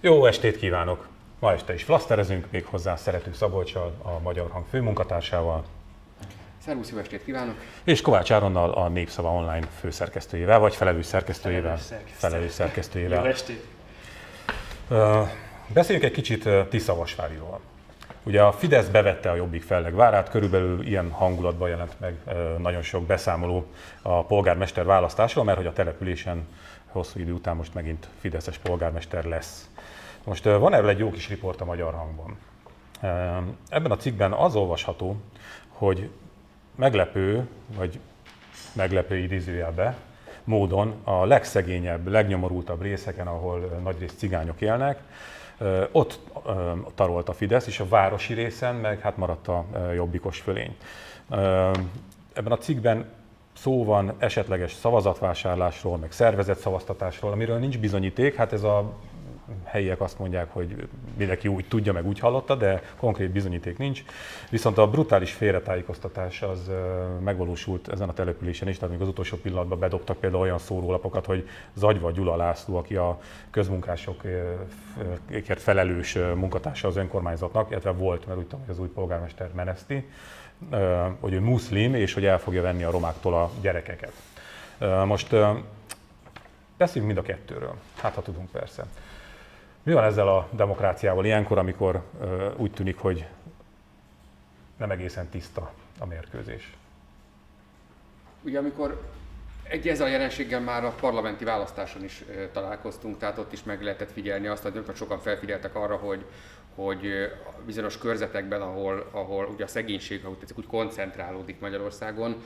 Jó estét kívánok! Ma este is flaszterezünk, méghozzá Szerető Szabolccsal, a Magyar Hang főmunkatársával. Szervusz, jó estét kívánok! És Kovács Áronnal, a Népszava Online főszerkesztőjével, vagy felelős szerkesztőjével. Felelős szerkesztőjével. Jó estét! Beszéljünk egy kicsit Tiszavasváriról. Ugye a Fidesz bevette a Jobbik fellegvárát, körülbelül ilyen hangulatban jelent meg nagyon sok beszámoló a polgármester választásról, mert hogy a településen hosszú idő után most megint fideszes polgármester lesz. Most van erről egy jó kis riport a Magyar Hangban. Ebben a cikkben az olvasható, hogy meglepő, vagy meglepő idézőjelbe módon a legszegényebb, legnyomorultabb részeken, ahol nagyrészt cigányok élnek, ott tarolt a Fidesz, és a városi részen meg hát maradt a jobbikos fölény. Ebben a cikkben szó van esetleges szavazatvásárlásról, meg szervezett szavaztatásról, amiről nincs bizonyíték, hát ez a helyiek azt mondják, hogy mindenki úgy tudja, meg úgy hallotta, de konkrét bizonyíték nincs. Viszont a brutális félretájékoztatás az megvalósult ezen a településen is, tehát még az utolsó pillanatban bedobtak például olyan szórólapokat, hogy Zagyva Gyula László, aki a közmunkásokért felelős munkatársa az önkormányzatnak, illetve volt, mert úgy tudom, hogy az új polgármester meneszti, hogy ő muszlim, és hogy el fogja venni a romáktól a gyerekeket. Most beszéljünk mind a kettőről, hát ha tudunk persze. Mi van ezzel a demokráciával ilyenkor, amikor úgy tűnik, hogy nem egészen tiszta a mérkőzés? Ugye amikor ezzel a jelenséggel már a parlamenti választáson is találkoztunk, tehát ott is meg lehetett figyelni azt, hogy sokan felfigyeltek arra, hogy bizonyos körzetekben, ahol ugye a szegénység, ahogy tetszik, úgy koncentrálódik Magyarországon,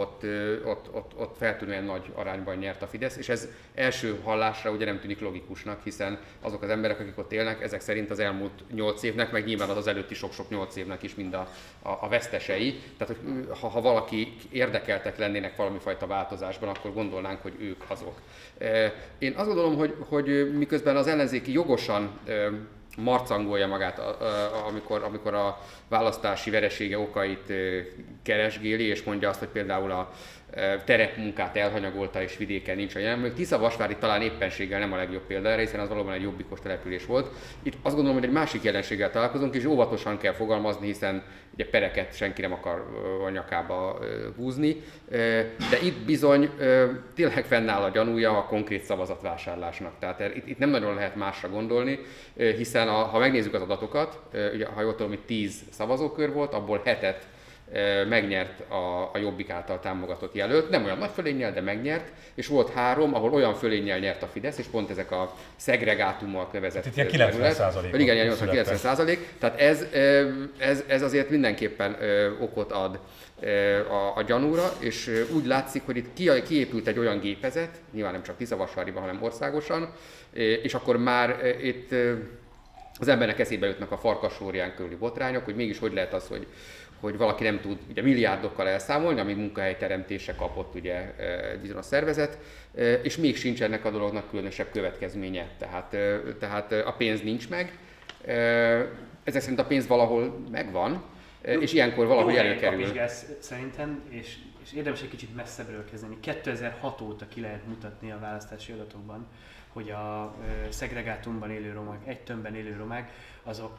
ott feltűnően nagy arányban nyert a Fidesz, és ez első hallásra ugye nem tűnik logikusnak, hiszen azok az emberek, akik ott élnek, ezek szerint az elmúlt 8 évnek, meg nyilván az előtti sok-sok 8 évnek is mind a vesztesei. Tehát, hogy ha valaki érdekeltek lennének valami fajta változásban, akkor gondolnánk, hogy ők azok. Én azt gondolom, hogy miközben az ellenzéki jogosan marcangolja magát, amikor a választási veresége okait keresgéli, és mondja azt, hogy például a terepmunkát elhanyagolta és vidéken nincs olyan. Még Tiszavasvári talán éppenséggel nem a legjobb példa erre, hiszen az valóban egy jobbikos település volt. Itt azt gondolom, hogy egy másik jelenséggel találkozunk, és óvatosan kell fogalmazni, hiszen ugye pereket senki nem akar a nyakába húzni, de itt bizony tényleg fennáll a gyanúja a konkrét szavazatvásárlásnak. Tehát itt nem nagyon lehet másra gondolni, hiszen ha megnézzük az adatokat, ugye, ha jól tudom, hogy 10 szavazókör volt, abból 7-et megnyert a Jobbik által támogatott jelölt, nem olyan nagy fölénnyel, de megnyert, és volt 3, ahol olyan fölénnyel nyert a Fidesz, és pont ezek a szegregátummal nevezett. Itt ilyen 90%. Igen, ilyen 80-90%. Tehát ez azért mindenképpen okot ad a gyanúra, és úgy látszik, hogy itt kiépült egy olyan gépezet, nyilván nem csak Tiszavasváriban, hanem országosan, és akkor már itt az embernek eszébe jutnak a Farkasórián körüli botrányok, hogy mégis hogy lehet az, hogy valaki nem tud ugye milliárdokkal elszámolni, ami munkahelyteremtése kapott ugye egy bizonyos szervezet, és még sincs ennek a dolognak különösebb következménye. Tehát a pénz nincs meg, ezek szerint a pénz valahol megvan, és ilyenkor valahogy előkerül. Szerintem, és érdemes egy kicsit messzebbről kezdeni. 2006 óta ki lehet mutatni a választási adatokban, hogy a szegregátumban élő romák, egy tömbben élő romák, azok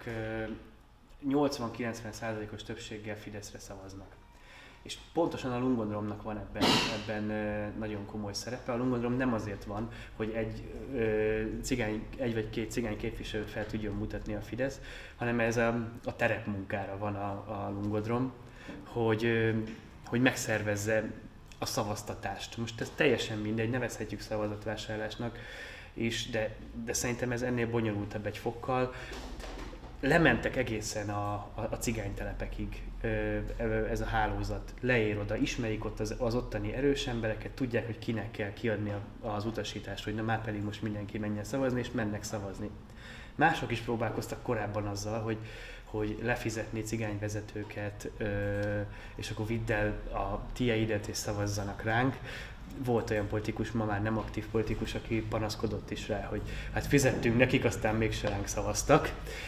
80-90%-os többséggel Fideszre szavaznak. És pontosan a Lungondromnak van ebben nagyon komoly szerepe. A Lungondrom nem azért van, hogy egy vagy két cigány képviselőt fel tudjon mutatni a Fidesz, hanem ez a terepmunkára van a Lungondrom, hogy megszervezze a szavaztatást. Most ez teljesen mindegy, nevezhetjük szavazatvásárlásnak, de szerintem ez ennél bonyolultabb egy fokkal. Lementek egészen a cigánytelepekig ez a hálózat, leér oda, ismerik ott az ottani erős embereket, tudják, hogy kinek kell kiadni az utasítást, hogy na már pedig most mindenki menjen szavazni, és mennek szavazni. Mások is próbálkoztak korábban azzal, hogy lefizetni cigányvezetőket, és akkor vidd el a tieidet és szavazzanak ránk. Volt olyan politikus, ma már nem aktív politikus, aki panaszkodott is rá, hogy hát fizettünk nekik, aztán mégse ránk szavaztak.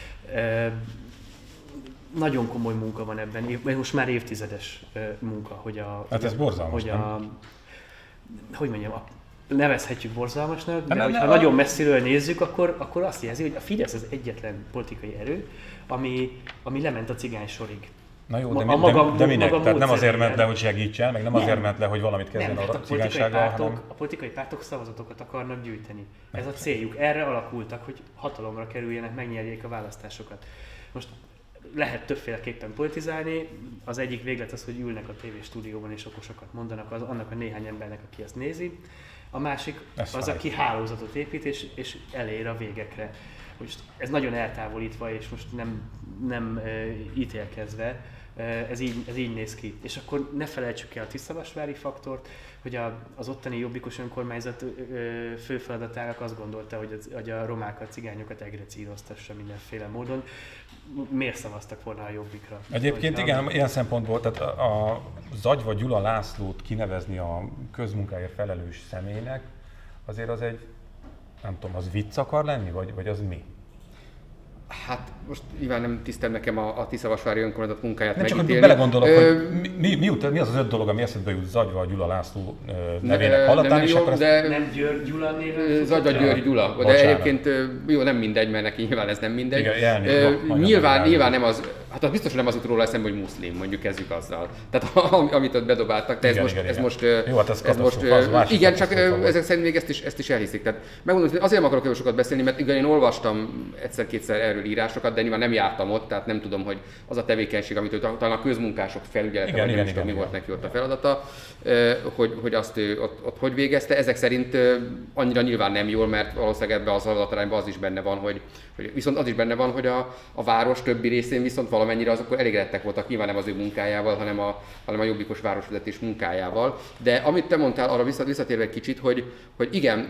Nagyon komoly munka van ebben, most már évtizedes munka, hogy hát ez borzalmas, hogy mondjam, nevezhetjük borzalmasnak, de hogyha nagyon messziről nézzük, akkor azt jelzi, hogy a Fidesz az egyetlen politikai erő, ami lement a cigány sorig. Na jó, de minek? Tehát nem azért ment le, hogy segítsen, meg nem azért ment le, hogy valamit kezdjen a cigánysággal, hanem... A politikai pártok szavazatokat akarnak gyűjteni. Ez a céljuk. Erre alakultak, hogy hatalomra kerüljenek, megnyerjék a választásokat. Most lehet többféleképpen politizálni. Az egyik véglet az, hogy ülnek a tévéstúdióban és okosokat mondanak annak a néhány embernek, aki azt nézi. A másik az, aki hálózatot épít és elér a végekre. Most ez nagyon eltávolítva és most nem ítélkezve, ez így néz ki. És akkor ne felejtsük el a tiszavasvári faktort, hogy az ottani jobbikos önkormányzat fő feladatának azt gondolta, hogy a romákat, cigányokat egrecíroztassa mindenféle módon. Miért szavaztak volna a Jobbikra? Egyébként igen, ilyen szempontból, tehát a Zagyva Gyula Lászlót kinevezni a közmunkáért felelős személynek, azért az egy, nem tudom, az vicc akar lenni, vagy az mi? Hát most nyilván nem tisztel nekem a Tiszavasvári önkormányzat munkáját megítélni. Nem csak belegondolok, hogy mi az az 5 dolog, ami eszedbe jut Zagyva Gyula László nevének hallatán, és akkor nem Gyula néven? Zagyva György Gyula. De egyébként jó, nem mindegy, mert neki nyilván ez nem mindegy. Igen, nyilván nem az, hát az biztos, hogy nem az jut róla eszembe, hogy muszlim, mondjuk kezdjük azzal. Tehát amit ott bedobáltak, de ez most... Jó, hát ez most igen, csak ezek szerint még ezt is elhiszik. Tehát megmondom, hogy azért nem akarok sokat beszélni, mert igen, én olvastam egyszer-kétszer erről írásokat, de nyilván nem jártam ott, tehát nem tudom, hogy az a tevékenység, amit talán a közmunkások felügyelete, vagy nem is tudom, mi volt neki ott a feladata, hogy azt ott hogy végezte. Ezek szerint annyira nyilván nem jól, mert valószínűleg ebben az adatarányban az is benne van, viszont az is benne van, hogy a város többi részén viszont valamennyire azok elégedettek voltak, nyilván nem az ő munkájával, hanem a jobbikos városvezetés munkájával. De amit te mondtál, arra visszatérve egy kicsit, hogy igen,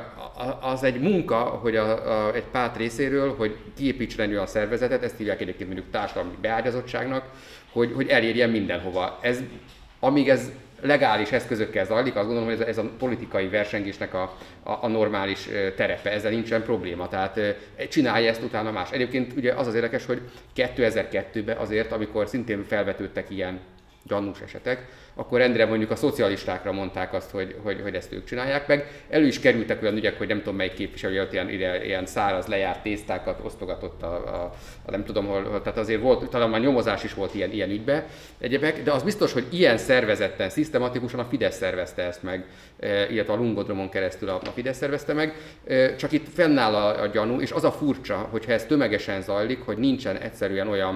az egy munka, hogy egy párt részéről, hogy kiépítsen egy olyan szervezetet, ezt hívják egyébként mondjuk társadalmi beágyazottságnak, hogy elérjen mindenhova. Amíg ez legális eszközökkel zajlik, azt gondolom, hogy ez a politikai versengésnek a normális terepe, ezzel nincsen probléma. Tehát csinálja ezt utána más. Egyébként ugye az érdekes, hogy 2002-ben azért, amikor szintén felvetődtek ilyen gyanús esetek, akkor rendre mondjuk a szocialistákra mondták azt, hogy ezt ők csinálják meg. Elő is kerültek olyan ügyek, hogy nem tudom melyik képviselő ilyen száraz lejárt tésztákat osztogatott nem tudom hol, tehát azért volt, talán már nyomozás is volt ilyen ügybe egyebek, de az biztos, hogy ilyen szervezetten, szisztematikusan a Fidesz szervezte ezt meg, illetve a Lungodromon keresztül a Fidesz szervezte meg, csak itt fennáll a gyanú, és az a furcsa, hogyha ez tömegesen zajlik, hogy nincsen egyszerűen olyan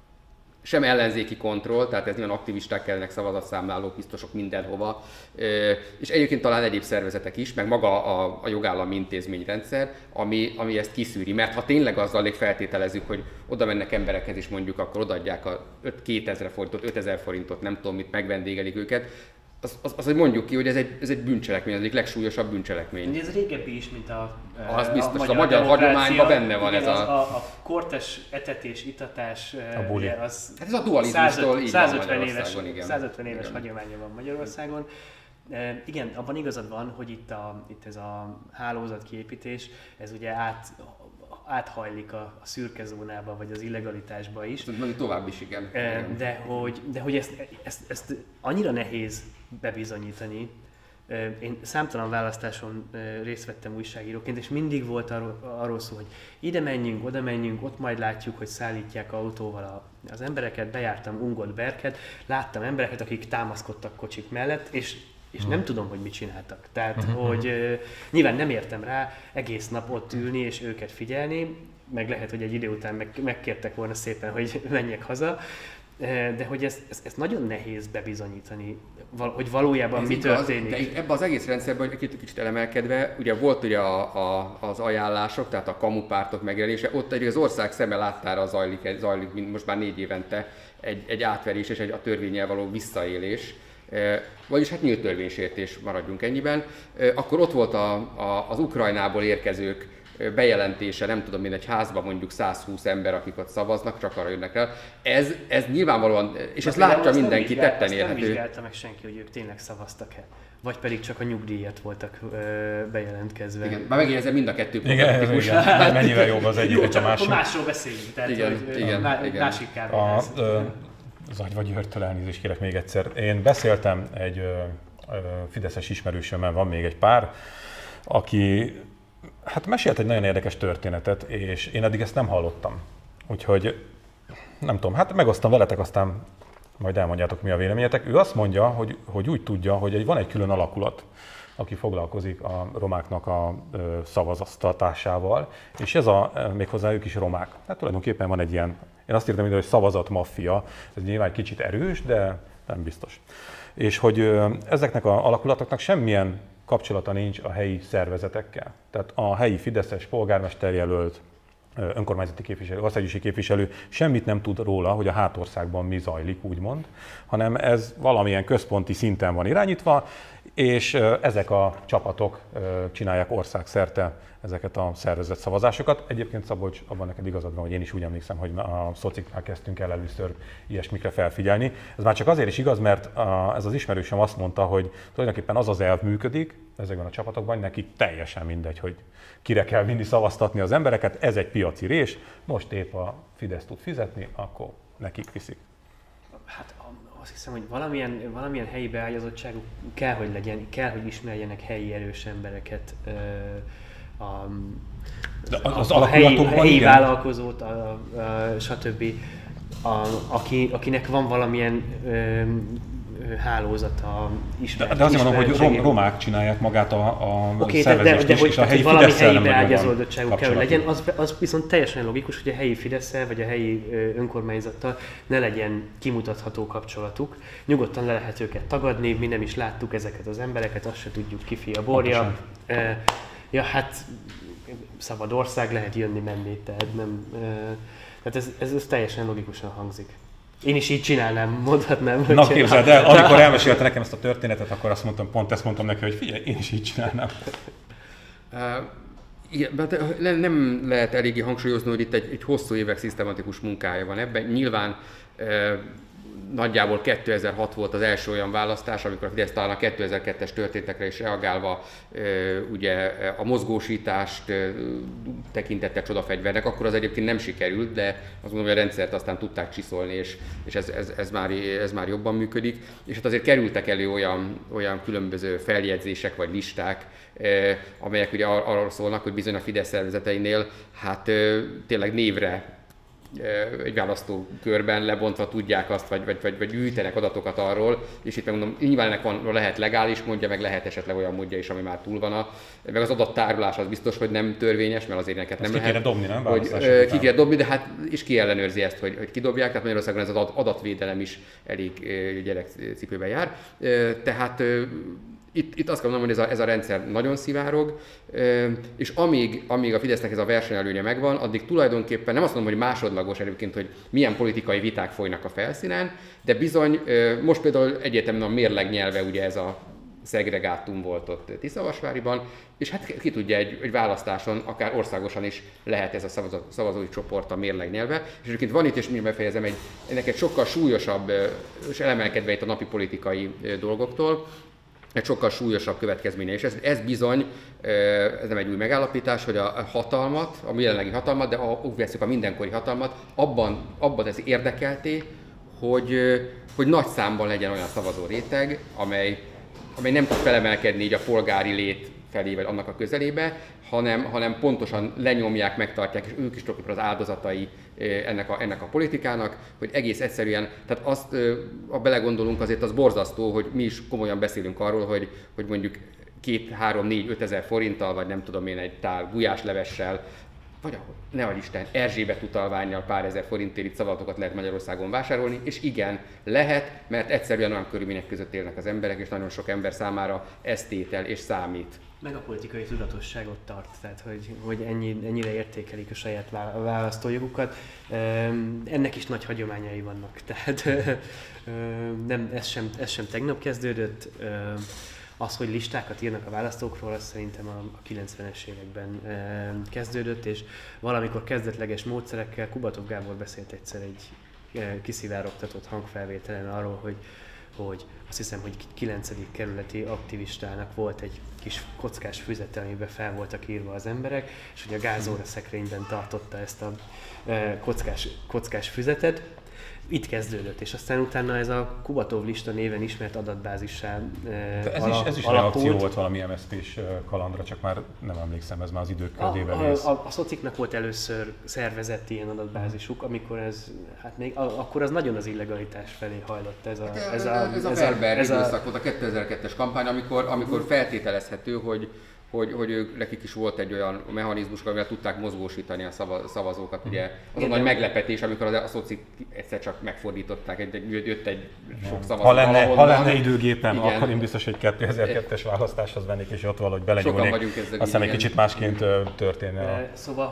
sem ellenzéki kontroll, tehát ez nyilván aktivisták kellenek, szavazatszámlálók, biztosok mindenhova, és egyébként talán egyéb szervezetek is, meg maga a jogállami intézményrendszer, ami ezt kiszűri. Mert ha tényleg azzal feltételezzük, hogy oda mennek emberekhez is mondjuk, akkor odaadják a 2000 forintot, 5000 forintot, nem tudom mit, megvendégelik őket, az, hogy mondjuk ki, hogy ez egy bűncselekmény, az egyik legsúlyosabb bűncselekmény. Ez régebbi is, mint az biztos, a magyar hagyományban benne van ez a kortes etetés, itatás, az hát ez a dualizmustól így 150 éves hagyománya van Magyarországon. Igen, abban igazad van, hogy itt ez a hálózatkiépítés, ez ugye áthajlik a szürke zónába, vagy az illegalitásba is. Tovább is, igen. De hogy ezt annyira nehéz bebizonyítani. Én számtalan választáson részt vettem újságíróként, és mindig volt arról szó, hogy ide menjünk, oda menjünk, ott majd látjuk, hogy szállítják autóval az embereket, bejártam Ungott-Berket, láttam embereket, akik támaszkodtak kocsik mellett, és nem tudom, hogy mit csináltak. Tehát, hogy nyilván nem értem rá egész nap ott ülni és őket figyelni, meg lehet, hogy egy idő után megkértek volna szépen, hogy menjek haza, de hogy ezt nagyon nehéz bebizonyítani, hogy valójában mi történik. De ebben az egész rendszerben, hogy kicsit elemelkedve, ugye volt ugye az ajánlások, tehát a kamupártok megjelenése, ott az ország szeme láttára zajlik most már 4 évente egy átverés és a törvénnyel való visszaélés. Vagyis hát nyílt törvénysértés, maradjunk ennyiben. Akkor ott volt az Ukrajnából érkezők bejelentése, nem tudom én, egy házban mondjuk 120 ember, akik ott szavaznak, csak arra jönnek el. Ez nyilvánvalóan, és ezt látja mindenki, tetten érhető. Nem vizsgálta meg senki, hogy ők tényleg szavaztak-e. Vagy pedig csak a nyugdíjat voltak bejelentkezve. Igen, már megint ezzel mind a kettő problematikus. Igen. Mennyivel jobb az egyik, csak a másik. Másról beszéljünk, tehát igen. Másik kávéház. Zagyva Györgytől elnézést kérek még egyszer. Én beszéltem egy fideszes ismerősömmel van még egy pár, aki hát mesélt egy nagyon érdekes történetet, és én eddig ezt nem hallottam. Úgyhogy nem tudom, hát megosztam veletek, aztán majd elmondjátok, mi a véleményetek. Ő azt mondja, hogy úgy tudja, hogy van egy külön alakulat, aki foglalkozik a romáknak a szavaztatásával, és ez méghozzá ők is romák. Hát tulajdonképpen van egy ilyen, én azt írtam ide, hogy szavazatmaffia, ez nyilván egy kicsit erős, de nem biztos. És hogy ezeknek az alakulatoknak semmilyen kapcsolata nincs a helyi szervezetekkel. Tehát a helyi fideszes polgármesterjelölt, önkormányzati képviselő, országgyűlési képviselő semmit nem tud róla, hogy a hátországban mi zajlik, úgymond, hanem ez valamilyen központi szinten van irányítva, és ezek a csapatok csinálják országszerte ezeket a szervezett szavazásokat. Egyébként Szabolcs, abban neked igazad van, hogy én is úgy emlékszem, hogy a szociknál kezdtünk el először ilyesmikre felfigyelni. Ez már csak azért is igaz, mert ez az ismerősöm azt mondta, hogy tulajdonképpen az elv működik ezekben a csapatokban, nekik teljesen mindegy, hogy kire kell vinni szavaztatni az embereket, ez egy piaci rés, most épp a Fidesz tud fizetni, akkor nekik viszik. Hát azt hiszem, hogy valamilyen helyi beágyazottságuk kell, hogy legyen, kell, hogy ismerjenek helyi erős embereket, a helyi vállalkozót, stb. Akinek van valamilyen hálózata, ismert. De azért mondom, hogy romák csinálják magát a szervezést de és a helyi valami Fidesz-szel helyi beágyazottságuk kell, hogy legyen, az viszont teljesen logikus, hogy a helyi Fidesz-szel vagy a helyi önkormányzattal ne legyen kimutatható kapcsolatuk. Nyugodtan le lehet őket tagadni, mi nem is láttuk ezeket az embereket, azt se tudjuk ki fi a borja. Ja, hát szabad ország, lehet jönni-menni, tehát nem... Tehát ez teljesen logikusan hangzik. Én is így csinálnám, mondhatnám. Na képzeld el, amikor elmesélte nekem ezt a történetet, akkor azt mondtam, pont ezt mondtam neki, hogy figyelj, én is így csinálnám. Nem lehet eléggé hangsúlyozni, hogy itt egy hosszú évek szisztematikus munkája van ebben. Nyilván nagyjából 2006 volt az első olyan választás, amikor a Fidesz talán a 2002-es történtekre is reagálva ugye a mozgósítást tekintette csodafegyvernek, akkor az egyébként nem sikerült, de azt mondom, hogy a rendszert aztán tudták csiszolni, és ez már jobban működik. És hát azért kerültek elő olyan különböző feljegyzések vagy listák, amelyek ugye arról szólnak, hogy bizony a Fidesz szervezeteinél hát tényleg névre egy választókörben lebontva tudják azt, vagy gyűjtenek adatokat arról, és itt megmondom, nyilván ennek lehet legális módja, meg lehet esetleg olyan módja is, ami már túl van. Meg az adattárolás az biztos, hogy nem törvényes, mert azért neked nem lehet. Ki kéne dobni, nem? Hogy ki kéne dobni, de hát és ki ellenőrzi ezt, hogy kidobják, tehát Magyarországon ez az adatvédelem is elég gyerekcipőben jár. Tehát itt azt kell mondanom, hogy ez a rendszer nagyon szivárog, és amíg a Fidesznek ez a versenyelőnye megvan, addig tulajdonképpen nem azt mondom, hogy másodlagos egyébként, hogy milyen politikai viták folynak a felszínen, de bizony most például egyértelműen a mérleg nyelve ugye ez a szegregátum volt ott Tiszavasváriban, és hát ki tudja, egy választáson, akár országosan is lehet ez a szavazói csoport a mérleg nyelve. És egyébként van itt, és mindjárt befejezem, ennek egy sokkal súlyosabb, és elemelkedve itt a napi politikai dolgoktól, egy sokkal súlyosabb következménye, és ez bizony, ez nem egy új megállapítás, hogy a hatalmat, a jelenlegi hatalmat, de úgy veszük a mindenkori hatalmat, abban ez érdekelté, hogy nagy számban legyen olyan szavazó réteg, amely nem tud felemelkedni így a polgári lét felé, vagy annak a közelébe, hanem pontosan lenyomják, megtartják, és ők is tulajdonképpen az áldozatai ennek a politikának, hogy egész egyszerűen, tehát azt, ha belegondolunk, azért az borzasztó, hogy mi is komolyan beszélünk arról, hogy mondjuk 2-3-4-5 ezer forinttal, vagy nem tudom én, egy tál gulyáslevessel, vagy ahol, nehogy Isten, Erzsébet utalvánnyal pár ezer forintért itt szavazatokat lehet Magyarországon vásárolni, és igen, lehet, mert egyszerűen olyan körülmények között élnek az emberek, és nagyon sok ember számára ez tétel és számít. Meg a politikai tudatosságot tart, tehát hogy ennyire értékelik a saját választójogukat. Ennek is nagy hagyományai vannak, tehát ez sem tegnap kezdődött. Az, hogy listákat írnak a választókról, az szerintem a 90-es években kezdődött, és valamikor kezdetleges módszerekkel Kubatov Gábor beszélt egyszer egy kiszivárogtatott hangfelvételen arról, hogy azt hiszem, hogy 9. kerületi aktivistának volt egy kis kockás füzete, amiben fel voltak írva az emberek, és hogy a gázóra szekrényben tartotta ezt a kockás füzetet. Itt kezdődött, és aztán utána ez a Kubatov lista néven ismert adatbázissá ez is reakció volt valami MSZP-s kalandra, csak már nem emlékszem, ez már az idők ködében néz. A szociknak volt először szervezett ilyen adatbázisuk, amikor akkor az nagyon az illegalitás felé hajlott ez a Ferber időszak volt, a 2002-es kampány, amikor feltételezhető, hogy nekik is volt egy olyan mechanizmus, amivel tudták mozgósítani a szavazókat. Ugye az a nagy meglepetés, amikor a szocik egyszer csak megfordították, jött egy sok szavazó. Ha lenne időgépem, igen, akkor én biztos, hogy 2002-es választáshoz vennék, és ott valahogy belenyúlnék. Aztán egy kicsit másként történne. Szóval,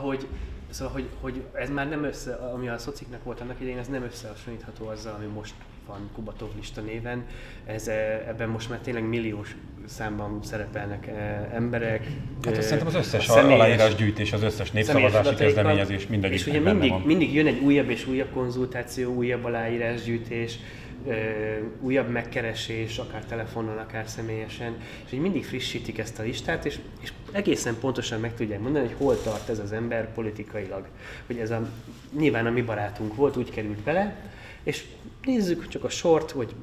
hogy ez már nem ami a szociknak volt annak idején, ez nem összehasonlítható azzal, ami most van Kubatov lista néven. Ebben most már tényleg milliós számban szerepelnek emberek. Hát azt szerintem az összes aláírásgyűjtés, az összes népszavazási kezdeményezés mindegyik. És ugye mindig jön egy újabb és újabb konzultáció, újabb aláírásgyűjtés, újabb megkeresés, akár telefonon, akár személyesen, és így mindig frissítik ezt a listát, és egészen pontosan meg tudják mondani, hogy hol tart ez az ember politikailag. Hogy ez nyilván a mi barátunk volt, úgy került bele, és nézzük csak a sort, hogy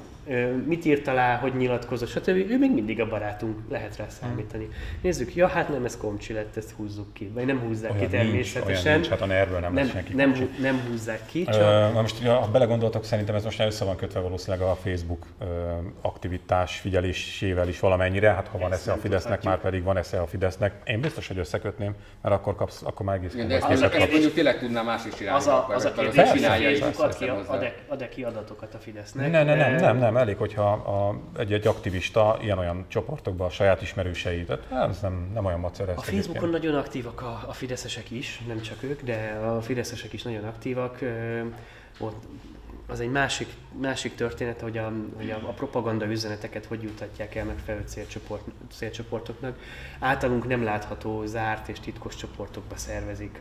mit írt alá, hogy nyilatkozott, stb. Ő még mindig a barátunk, lehet rá számítani. Nézzük, ja, hát nem, ez Komcsi lett, ezt húzzuk ki. Vagy nem húzzák olyan ki természetesen. Nincs, hát a NER-ből nem lesz senki. Nem húzzák ki, csak... Most, ha belegondoltok, szerintem ez most össze van kötve valószínűleg a Facebook aktivitás figyelésével is valamennyire. Hát ha van esze a Fidesznek, már pedig van esze a Fidesznek. Én biztos, hogy összekötném, mert akkor már egész komoly képet kapsz. Mondjuk tényleg tudná más is csinálni. Az a kérdés, hogy ad-e ki adatokat a Fidesznek? Nem, elég, hogyha egy aktivista ilyen-olyan csoportokban a saját ismerőseit, tehát ez nem olyan macera. A Facebookon nagyon aktívak a fideszesek is, nem csak ők, de a fideszesek is nagyon aktívak. Ott az egy másik történet, hogy a propaganda üzeneteket hogy jutatják el megfelelő célcsoportoknak. Általunk nem látható, zárt és titkos csoportokba szervezik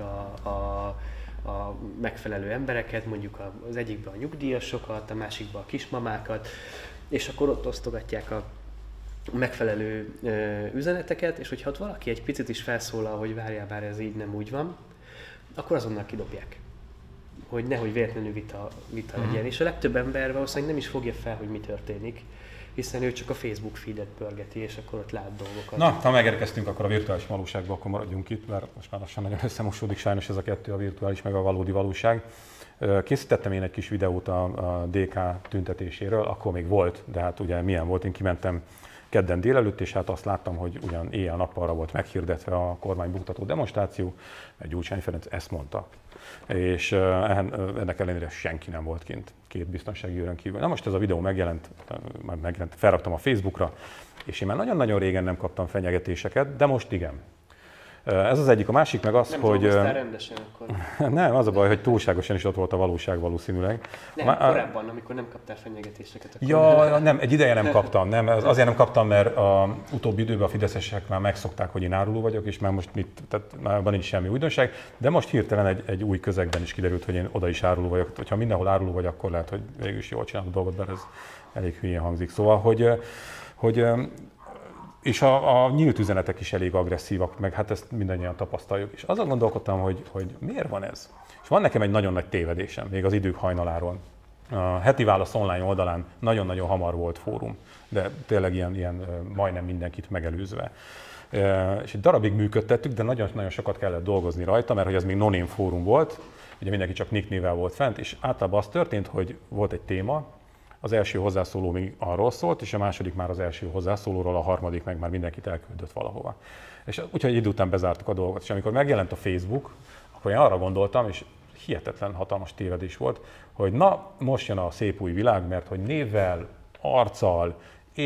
a megfelelő embereket, mondjuk az egyikbe a nyugdíjasokat, a másikba a kismamákat, és akkor ott osztogatják a megfelelő üzeneteket, és hogyha ott valaki egy picit is felszólal, hogy várjál, bár ez így nem úgy van, akkor azonnal kidobják. Hogy nehogy véletlenül vita legyen. És a legtöbb ember valószínűleg nem is fogja fel, hogy mi történik, hiszen ő csak a Facebook feedet pörgeti, és akkor ott lát dolgokat. Na, ha megérkeztünk akkor a virtuális valóságba, akkor maradjunk itt, mert most már lassan nagyon összemosódik sajnos ez a kettő, a virtuális meg a valódi valóság. Készítettem én egy kis videót a DK tüntetéséről, akkor még volt, de hát ugye milyen volt, én kimentem kedden délelőtt, és hát azt láttam, hogy ugyan éjjel-nappalra volt meghirdetve a kormánybuktató demonstráció, mert Gyurcsány Ferenc ezt mondta. És ennek ellenére senki nem volt kint, két biztonsági őrön kívül. Na most ez a videó megjelent, felraktam a Facebookra, és én már nagyon-nagyon régen nem kaptam fenyegetéseket, de most igen. Ez az egyik, a másik meg az, nem hogy... Nem rendesen akkor. Nem, az a baj, hogy túlságosan is ott volt a valóság valószínűleg. Nem, korábban, amikor nem kaptál fenyegetéseket. Akkor... Ja, nem, egy ideje nem kaptam. Nem, azért nem kaptam, mert az utóbbi időben a fideszesek már megszokták, hogy én áruló vagyok, és már most tehát már nincs semmi újdonság. De most hirtelen egy új közegben is kiderült, hogy én oda is áruló vagyok. Ha mindenhol áruló vagy, akkor lehet, hogy végül is jól csinálod a dolgot, mert ez elég hülyén hangzik. Szóval, hogy és a nyílt üzenetek is elég agresszívak, meg hát ezt mindannyian tapasztaljuk. És azon gondolkodtam, hogy miért van ez? És van nekem egy nagyon nagy tévedésem, még az idők hajnaláról. A Heti Válasz online oldalán nagyon-nagyon hamar volt fórum, de tényleg ilyen majdnem mindenkit megelőzve. És egy darabig működtettük, de nagyon-nagyon sokat kellett dolgozni rajta, mert hogy ez még non-name fórum volt, ugye mindenki csak nick névvel volt fent, és általában az történt, hogy volt egy téma, az első hozzászóló még arról szólt, és a második már az első hozzászólóról, a harmadik meg már mindenkit elküldött valahova. És úgyhogy idő után bezártuk a dolgot. És amikor megjelent a Facebook, akkor én arra gondoltam, és hihetetlen hatalmas tévedés volt, hogy na, most jön a szép új világ, mert hogy névvel, arccal,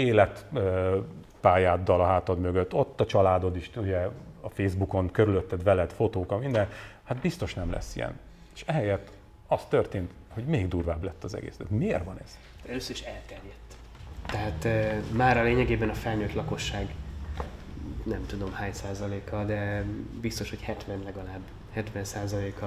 életpályáddal a hátad mögött, ott a családod is, ugye a Facebookon körülötted veled, fotók, minden, hát biztos nem lesz ilyen. És ehelyett az történt, hogy még durvább lett az egész. De miért van ez? Először is elterjedt. Tehát már a lényegében a felnőtt lakosság, nem tudom hány százaléka, de biztos, hogy 70 legalább, 70%-a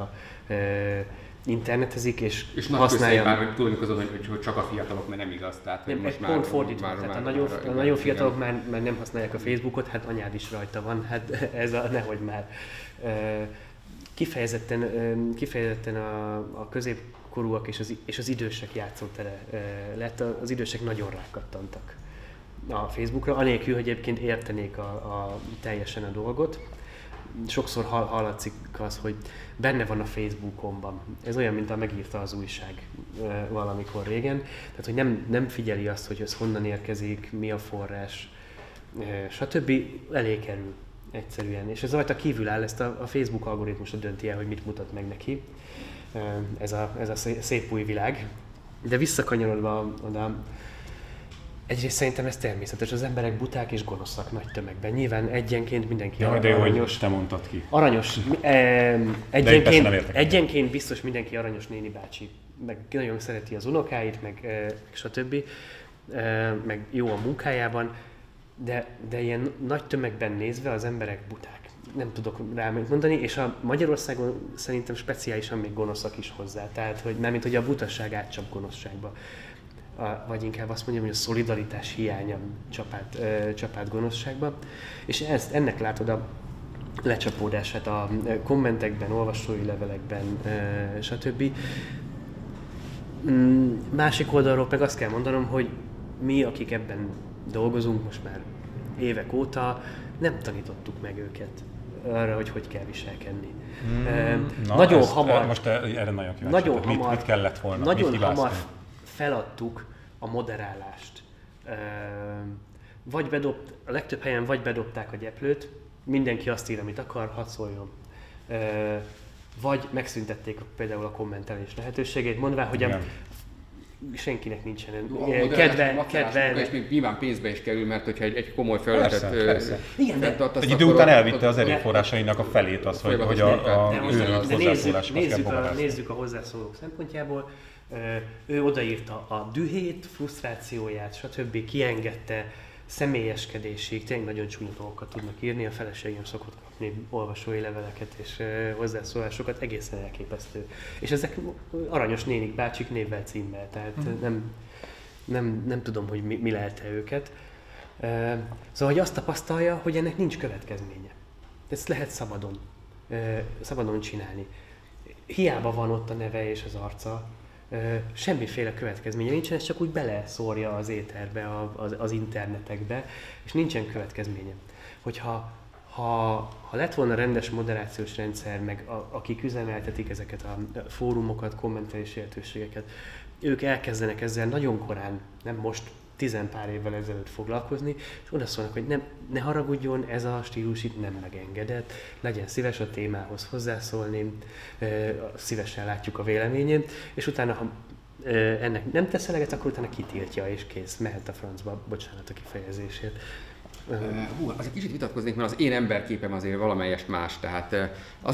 internetezik és használja. Már hogy tudjuk azon, hogy csak a fiatalok, mert nem igaz. Tehát, nem, most pont fordítva, tehát a nagyon fiatalok már nem használják a Facebookot, hát anyád is rajta van, hát ez nehogy már. Kifejezetten a korúak és az idősek játszótere lett. Az idősek nagyon rákattantak a Facebookra, anélkül, hogy egyébként értenék teljesen a dolgot. Sokszor hallatszik az, hogy benne van a Facebookomban. Ez olyan, mint a megírta az újság valamikor régen. Tehát, hogy nem figyeli azt, hogy ez honnan érkezik, mi a forrás, stb. Elé kerül egyszerűen. És ez rajta kívül áll, ezt a Facebook algoritmusra dönti el, hogy mit mutat meg neki. Ez a szép új világ. De visszakanyarodva oda, egyrészt szerintem ez természetes, az emberek buták és gonoszak nagy tömegben. Nyilván egyenként mindenki aranyos. Te mondtad ki. Aranyos. Egyenként biztos mindenki aranyos néni bácsi. Meg nagyon szereti az unokáit, meg stb. Meg jó a munkájában. De ilyen nagy tömegben nézve az emberek buták. Nem tudok rá mondani, és a Magyarországon szerintem speciálisan még gonoszak is hozzá. Tehát, hogy mármint, hogy a butasság átcsap gonoszságba. Vagy inkább azt mondjam, hogy a szolidaritás hiánya csapát gonoszságba. És ennek látod a lecsapódását a kommentekben, olvasói levelekben, stb. Másik oldalról meg azt kell mondanom, hogy mi, akik ebben dolgozunk most már évek óta, nem tanítottuk meg őket arra, hogy kell viselkedni. Nagyon hamar... Most erre nagyon kíváncsi. Mit kellett volna? Nagyon hamar feladtuk a moderálást. A legtöbb helyen vagy bedobták a gyeplőt, mindenki azt ír, amit akar, hadd szóljon. Vagy megszüntették például a kommentelés lehetőségét, mondván, hogy senkinek nincsen kedve. És még nyilván pénzbe is kerül, mert hogyha egy komoly felületet fenntartasz, egy idő után elvitte az erőforrásainak a felét az, hogy a hozzászólás. Nézzük a hozzászólók szempontjából. Ő odaírta a dühét, frusztrációját, stb. Kiengedte, személyeskedésig, tényleg nagyon csúnya dolgokat tudnak írni. A feleségem szokott kapni olvasói leveleket és hozzászólásokat, egészen elképesztő. És ezek aranyos nénik, bácsik névvel, címmel, tehát nem tudom, hogy mi lehet őket. Szóval, hogy azt tapasztalja, hogy ennek nincs következménye. Ezt lehet szabadon csinálni. Hiába van ott a neve és az arca, semmiféle következménye nincsen, ez csak úgy beleszórja az éterbe, az internetekbe, és nincsen következménye. Hogyha lett volna rendes moderációs rendszer, meg akik üzemeltetik ezeket a fórumokat, kommentelési lehetőségeket, ők elkezdenek ezzel nagyon korán, nem most, 10 pár évvel ezelőtt foglalkozni, és oda szólnak, hogy ne haragudjon, ez a stílus itt nem megengedett, legyen szíves a témához hozzászólni, szívesen látjuk a véleményét, és utána, ha ennek nem tesz eleget, akkor utána kitiltja, és kész, mehet a francba, bocsánat a kifejezésért. Azért kicsit vitatkoznék, mert az én emberképem azért valamelyest más, tehát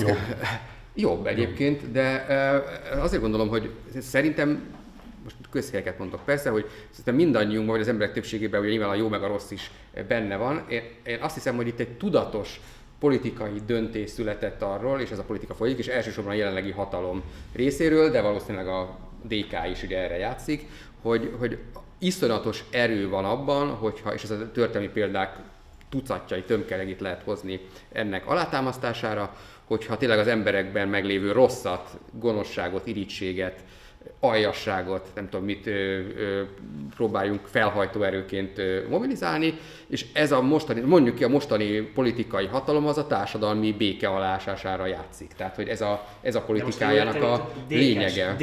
jobb egyébként, de azért gondolom, hogy szerintem most közhelyeket mondok persze, hogy szerintem mindannyiunkban, vagy az emberek többségében, ugye nyilván a jó meg a rossz is benne van. Én azt hiszem, hogy itt egy tudatos politikai döntés született arról, és ez a politika folyik, és elsősorban a jelenlegi hatalom részéről, de valószínűleg a DK is ugye erre játszik, hogy iszonyatos erő van abban, hogyha, és ez a történelmi példák tucatjai, tömkelegét lehet hozni ennek alátámasztására, hogyha tényleg az emberekben meglévő rosszat, gonoszságot, irítséget, aljasságot, nem tudom mit próbáljunk felhajtó erőként mobilizálni, és ez a mostani, mondjuk ki a mostani politikai hatalom az a társadalmi béke aláásására játszik. Tehát, hogy ez a politikájának a lényege.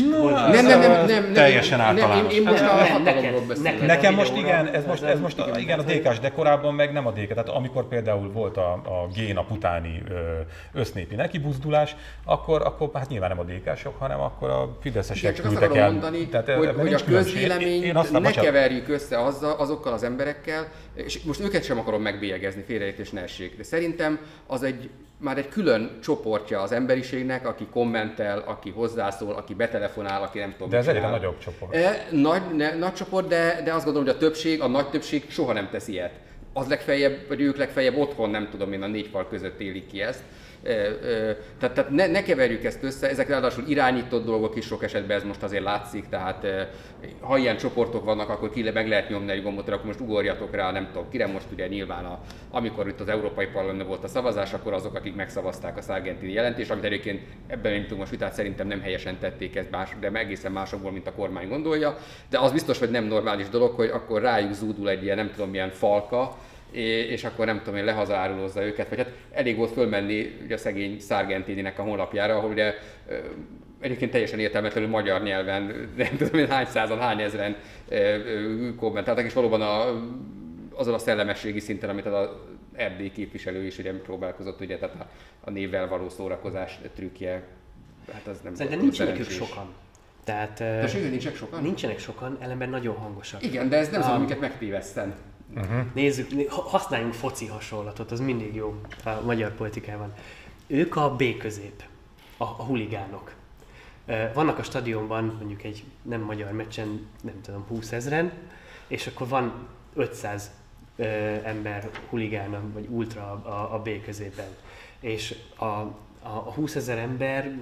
Nem, teljesen általános. Én most a hatalomról beszélek. Nekem most igen, ez most igen a DK-s, de korábban meg nem a DK. Tehát amikor például volt a génap utáni össznépi nekibuzdulás, akkor hát nyilván nem a DK-sok, hanem akkor a fideszesek küldtek el. Mondani, hogy a közvéleményt ne keverjük össze azokkal az emberekkel, és most őket sem akarom megbélyegezni, félreértés ne essék, de szerintem az már egy külön csoportja az emberiségnek, aki kommentel, aki hozzászól, aki betelefonál, aki nem tudom. De ez egyre nagyobb csoport. Nagy csoport, de azt gondolom, hogy a nagy többség soha nem tesz ilyet. Az legfeljebb, vagy ők legfeljebb otthon, nem tudom én, a 4 fal között élik ki ezt. Tehát ne keverjük ezt össze, ezek ráadásul irányított dolgok is sok esetben, ez most azért látszik, tehát ha ilyen csoportok vannak, akkor meg lehet nyomni egy gombot, akkor most ugorjatok rá, nem tudom kire, most ugye nyilván amikor itt az Európai Parlamentben volt a szavazás, akkor azok, akik megszavazták a Sargentini jelentést, amit egyébként ebben nem tudunk most vitát, szerintem nem helyesen tették ezt, de egészen másokból, mint a kormány gondolja, de az biztos, hogy nem normális dolog, hogy akkor rájuk zúdul egy ilyen, nem tudom milyen falka, és akkor nem tudom én lehazárulozza őket, vagy hát elég volt fölmenni ugye a szegény Sargentininek a honlapjára, ahol ugye egyébként teljesen értelmetlenül magyar nyelven, nem tudom én hány százan, hány ezren kommentáltak, és valóban azon a szellemességi szinten, amit az erdélyi képviselő is ugye próbálkozott, ugye, tehát a névvel való szórakozás trükkje, hát az nem. Szerintem nincsenek ők sokan. Tehát, nincsenek sokan? Nincsenek sokan, ellenben nagyon hangosak. Igen, de ez nem szabad minket megtéveszten. Nézzük, használjunk foci hasonlatot, az mindig jó a magyar politikában. Ők a B-közép, a huligánok. Vannak a stadionban mondjuk egy nem magyar meccsen, nem tudom, 20 000, és akkor van 500 ember huligán vagy ultra a B-középben. És a 20 000 ember,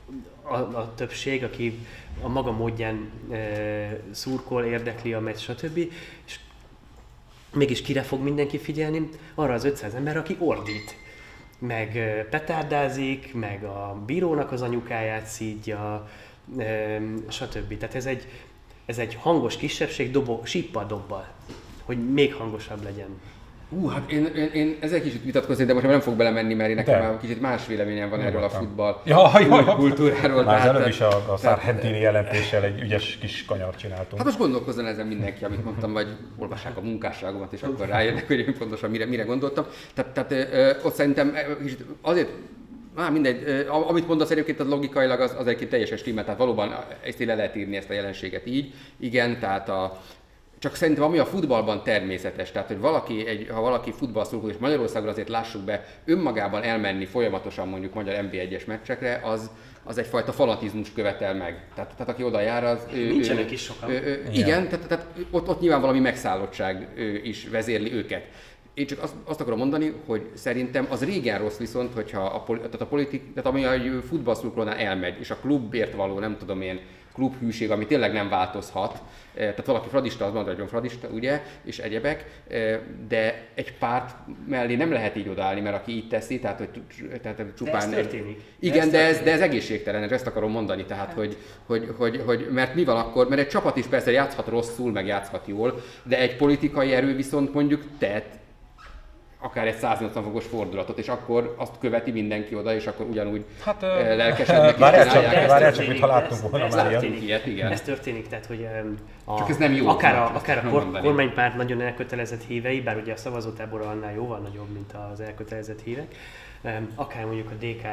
a többség, aki a maga módján szurkol, érdekli a meccs, stb. És mégis kire fog mindenki figyelni? Arra az 500 ember, aki ordít, meg petárdázik, meg a bírónak az anyukáját szídja, stb. Tehát ez egy hangos kisebbség síppal dobbal, hogy még hangosabb legyen. Hát én ezzel kicsit vitatkozni, de most nem fog belemenni, mert nekem már kicsit más véleményem van erről a futball kultúráról. Már előbb is a Sargentini jelentéssel egy ügyes kis kanyart csináltunk. Hát most gondolkozzon ezen mindenki, amit mondtam, vagy olvassák a munkásságomat, és akkor rájönnek, hogy én pontosan mire gondoltam. Tehát ott szerintem kicsit azért, mindegy, amit mondasz egyébként, az logikailag az egyébként teljesen stimmel, tehát valóban ezt le lehet írni, ezt a jelenséget így. Igen, tehát csak szerintem ami a futballban természetes, tehát hogy ha valaki futballszurkoló, és Magyarországon azért lássuk be, önmagában elmenni folyamatosan mondjuk magyar NB1-es meccsekre, az egyfajta fanatizmus követel meg. Tehát aki oda jár, az... Nincsenek is sokan. Igen, tehát ott nyilván valami megszállottság is vezérli őket. Én csak azt akarom mondani, hogy szerintem az régen rossz viszont, hogyha tehát ami a futballszurkolónál elmegy, és a klubért való, nem tudom én, klubhűség, ami tényleg nem változhat, tehát valaki fradista, az maradjon fradista, ugye, és egyebek, de egy párt mellé nem lehet így odaállni, mert aki így teszi, tehát csupán... De ez történik. Igen, de ez egészségtelen, ezt akarom mondani, tehát hogy mert mi van akkor, mert egy csapat is persze játszhat rosszul, meg játszhat jól, de egy politikai erő viszont mondjuk tett akár egy 180 fokos fordulatot, és akkor azt követi mindenki oda, és akkor ugyanúgy lelkesednek. Várjál csak, mintha láttunk volna már ilyet. Igen. Ez történik, tehát hogy csak ez nem jó, akár a kormánypárt nagyon elkötelezett hívei, bár ugye a szavazótábor annál jóval nagyobb, mint az elkötelezett hívek, akár mondjuk a DK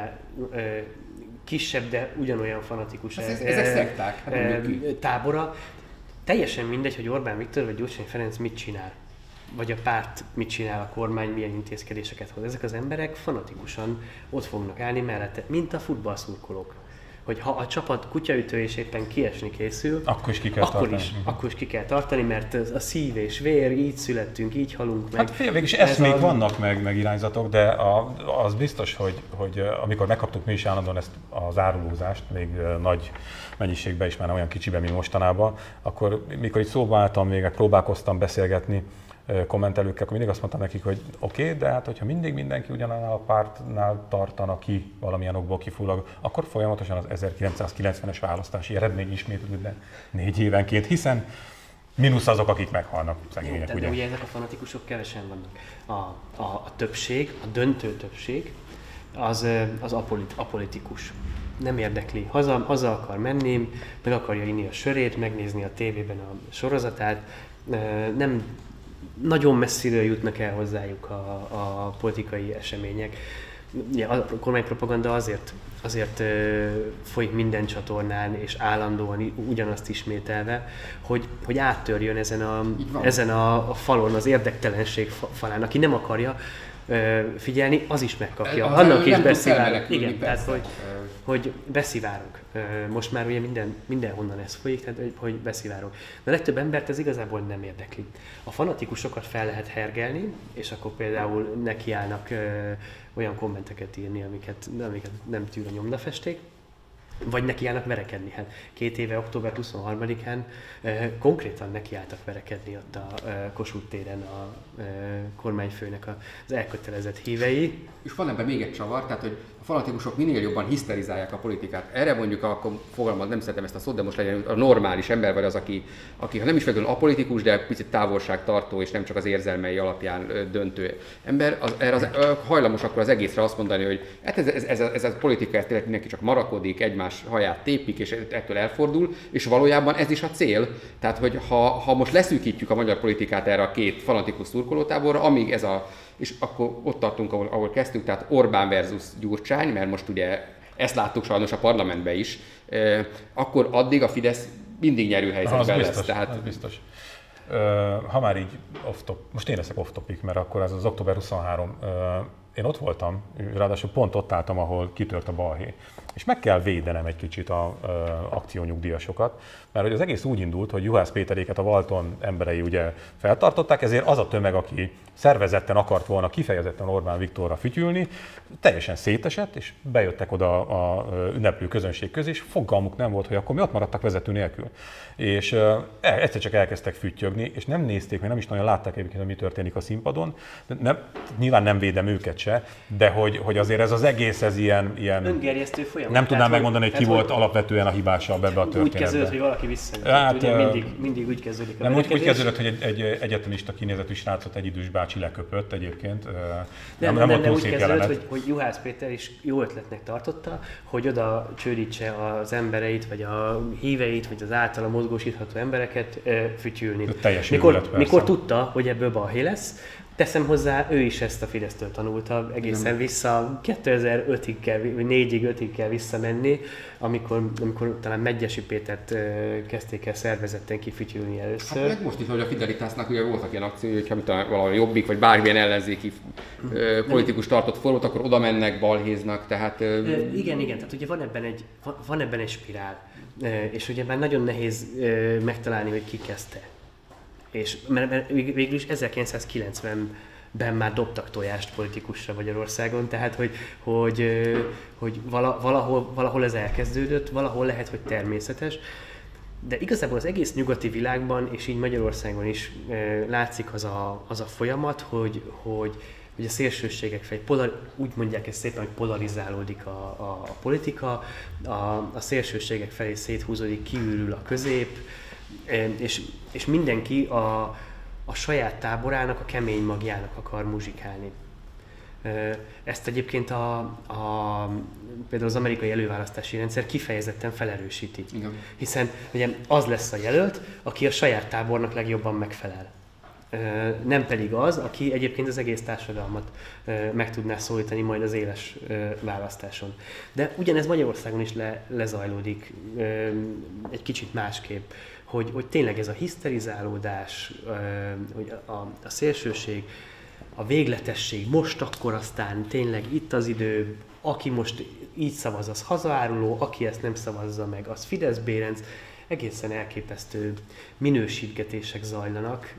kisebb, de ugyanolyan fanatikus ezek szekták, tábora. Teljesen mindegy, hogy Orbán Viktor vagy Gyurcsány Ferenc mit csinál. Vagy a párt mit csinál, a kormány milyen intézkedéseket hoz. Ezek az emberek fanatikusan ott fognak állni mellette, mint a futballszurkolók. Hogy ha a csapat kutyaütő és éppen kiesni készül, akkor is ki kell tartani, mert a szív és vér, így születtünk, így halunk meg. Hát végülis eszmék vannak meg irányzatok, de az biztos, hogy amikor megkaptuk mi is állandóan ezt az árulózást, még nagy mennyiségben is, már olyan kicsiben, mint mostanában, akkor mikor itt szóba álltam, még próbálkoztam beszélgetni kommentelőkkel, akkor mindig azt mondtam nekik, hogy oké, de hát hogyha mindig mindenki ugyanannál a pártnál tartana ki valamilyen okból kifullog, akkor folyamatosan az 1990-es választási eredmény ismétlődne 4 évenként, hiszen mínusz azok, akik meghalnak, szegények, ugye? De ugye ezek a fanatikusok kevesen vannak. A többség, a döntő többség, az apolitikus. Nem érdekli. Haza akar menni, meg akarja inni a sörét, megnézni a tévében a sorozatát, nem nagyon messziről jutnak el hozzájuk a politikai események. A kormánypropaganda azért folyik minden csatornán, és állandóan ugyanazt ismételve, hogy áttörjön ezen a falon, az érdektelenség falán. Aki nem akarja, figyelni, az is megkapja. Az Annak is nem tud beszivárog. felmenekülni, Igen, tehát persze. hogy beszivárog. Most már ugye mindenhonnan ez folyik, tehát hogy beszivárog. De a legtöbb embert ez igazából nem érdekli. A fanatikusokat fel lehet hergelni, és akkor például nekiállnak olyan kommenteket írni, amiket nem tűr a nyomdafesték, vagy nekiállnak verekedni. Hát 2 éve, október 23-án konkrétan nekiálltak verekedni ott a Kossuth téren a kormányfőnek az elkötelezett hívei. És van ebben még egy csavar, tehát hogy a fanatikusok minél jobban hiszterizálják a politikát. Erre mondjuk akkor fogalmaz, nem szeretem ezt a szót, de most legyen a normális ember, vagy az, aki ha nem is feltétlenül apolitikus, de picit távolságtartó, és nem csak az érzelmei alapján döntő ember, hajlamos akkor az egészre azt mondani, hogy hát ez a politika, ez tényleg mindenki csak marakodik, egymás haját tépik, és ettől elfordul, és valójában ez is a cél. Tehát, hogy ha most leszűkítjük a magyar politikát erre a 2 fanatikus szurkolótáborra, amíg és akkor ott tartunk, ahol kezdtük, tehát Orbán versus Gyurcsány, mert most ugye ezt láttuk sajnos a parlamentben is, akkor addig a Fidesz mindig nyerő helyzetben lesz. Tehát... Az biztos. Ha már így most én leszek off-topic, mert akkor ez az október 23, én ott voltam, ráadásul pont ott álltam, ahol kitört a balhé. És meg kell védenem egy kicsit az akciónyugdíjasokat, mert hogy az egész úgy indult, hogy Juhász Péteréket a Valton emberei ugye feltartották, ezért az a tömeg, aki szervezetten akart volna kifejezetten Orbán Viktorra fütyülni, teljesen szétesett, és bejöttek oda a ünneplő közönség közé, és fogalmuk nem volt, hogy akkor mi ott maradtak vezető nélkül. És egyszer csak elkezdtek füttyögni, és nem nézték, meg nem is nagyon látták egyébként, hogy mi történik a színpadon. Nyilván nem védem őket se, de hogy azért ez az egész, ez ilyen öngerjesztő folyamat. Nem tudnám megmondani, hogy ki volt alapvetően a hibásabb ebbe a történetbe. Úgy kezdődött, hogy valaki visszajött. Hát, ugye mindig úgy kezdődik a verekedés. Úgy kezdődött, hogy egy egyetemista kinézetű srácot egy idős bácsi leköpött egyébként. Nem úgy kezdődött, hogy Juhász Péter is jó ötletnek tartotta, hogy oda csődítse az embereit, vagy a híveit, vagy az általa mozgósítható embereket fütyülni. Mikor tudta, hogy ebből balhé lesz, teszem hozzá, ő is ezt a Fidesztől tanulta, egészen vissza 2005-ig kell, vagy 4-5-ig kell visszamenni, amikor talán Medgyessy Pétert kezdték el szervezetten kifütyülni először. Hát meg most is, hogy a Fidelitásnak ugye voltak ilyen akciói, hogyha valami Jobbik, vagy bármilyen ellenzéki politikus tartott formot, akkor oda mennek, balhéznak, tehát... Igen, tehát ugye van ebben egy spirál, és ugye már nagyon nehéz megtalálni, hogy ki kezdte. És mert végül is 1990-ben már dobtak tojást politikusra Magyarországon, tehát hogy valahol ez elkezdődött, valahol lehet, hogy természetes, de igazából az egész nyugati világban, és így Magyarországon is látszik az a folyamat, hogy a szélsőségek felé, úgy mondják ezt szépen, hogy polarizálódik a politika, a szélsőségek felé széthúzódik, kiürül a közép, és mindenki a saját táborának, a kemény magjának akar muzsikálni. Ezt egyébként például az amerikai előválasztási rendszer kifejezetten felerősíti. Igen. Hiszen ugye az lesz a jelölt, aki a saját tábornak legjobban megfelel. Nem pedig az, aki egyébként az egész társadalmat meg tudná szólítani majd az éles választáson. De ugyanez Magyarországon is lezajlódik egy kicsit másképp, hogy tényleg ez a hiszterizálódás, hogy a szélsőség, a végletesség, most akkor aztán tényleg itt az idő, aki most így szavaz, az hazaáruló, aki ezt nem szavazza meg, az Fidesz bérenc, egészen elképesztő minősítgetések zajlanak,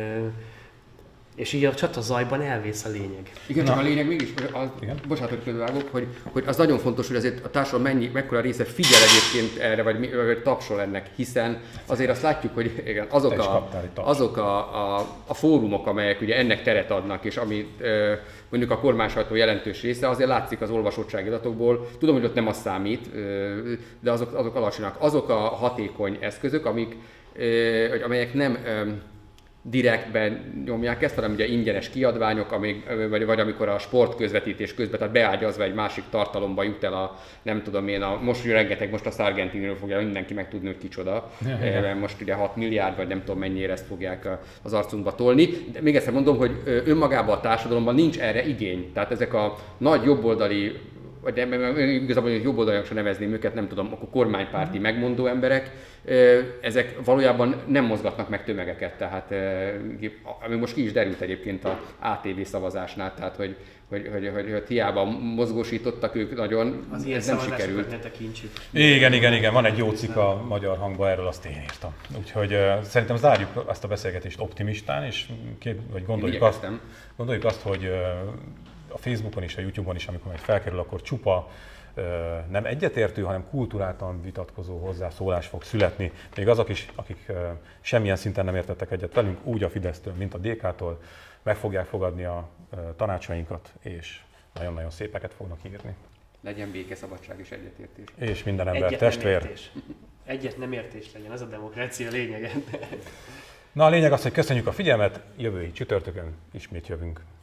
és így a csatazajban elvész a lényeg. Igen, csak a lényeg mégis, bocsánat, hogy közbevágok, hogy az nagyon fontos, hogy azért a társadalom mekkora része figyel egyébként erre, vagy tapsol ennek, hiszen azért azt látjuk, hogy igen, azok a fórumok, amelyek ugye ennek teret adnak, és amit mondjuk a kormánysajtó jelentős része, azért látszik az olvasottsági adatokból, tudom, hogy ott nem az számít, de azok alacsonyak. Azok a hatékony eszközök, amelyek nem direktben nyomják ezt, hanem ugye ingyenes kiadványok, vagy amikor a sportközvetítés közben, tehát beágyazva egy másik tartalomba jut el nem tudom én, most a Sargentiniről fogja mindenki megtudni, hogy kicsoda, mert most ugye 6 milliárd, vagy nem tudom mennyire ezt fogják az arcunkba tolni. De még egyszer mondom, hogy önmagában a társadalomban nincs erre igény. Tehát ezek a nagy jobboldali vagy igazából jobb oldalak sem nevezném őket, nem tudom, akkor kormánypárti megmondó emberek, ezek valójában nem mozgatnak meg tömegeket, tehát ami most ki is derült egyébként a ATV szavazásnál, tehát hogy hiába mozgósítottak ők nagyon, az ilyen ez nem sikerült. Ne tekintsük. Igen, van egy jó cikk a Magyar Hangban, erről azt én írtam. Úgyhogy szerintem zárjuk azt a beszélgetést optimistán, és gondoljuk azt, hogy a Facebookon és a YouTube-on is, amikor majd felkerül, akkor csupa nem egyetértő, hanem kulturáltan vitatkozó hozzászólás fog születni. Még azok is, akik semmilyen szinten nem értettek egyet velünk, úgy a Fidesztől, mint a DK-tól, meg fogják fogadni a tanácsainkat, és nagyon-nagyon szépeket fognak írni. Legyen béke, szabadság és egyetértés. És minden ember testvér. Egyet nem értés legyen, az a demokrácia lényege. Na, a lényeg az, hogy köszönjük a figyelmet, jövő csütörtökön ismét jövünk.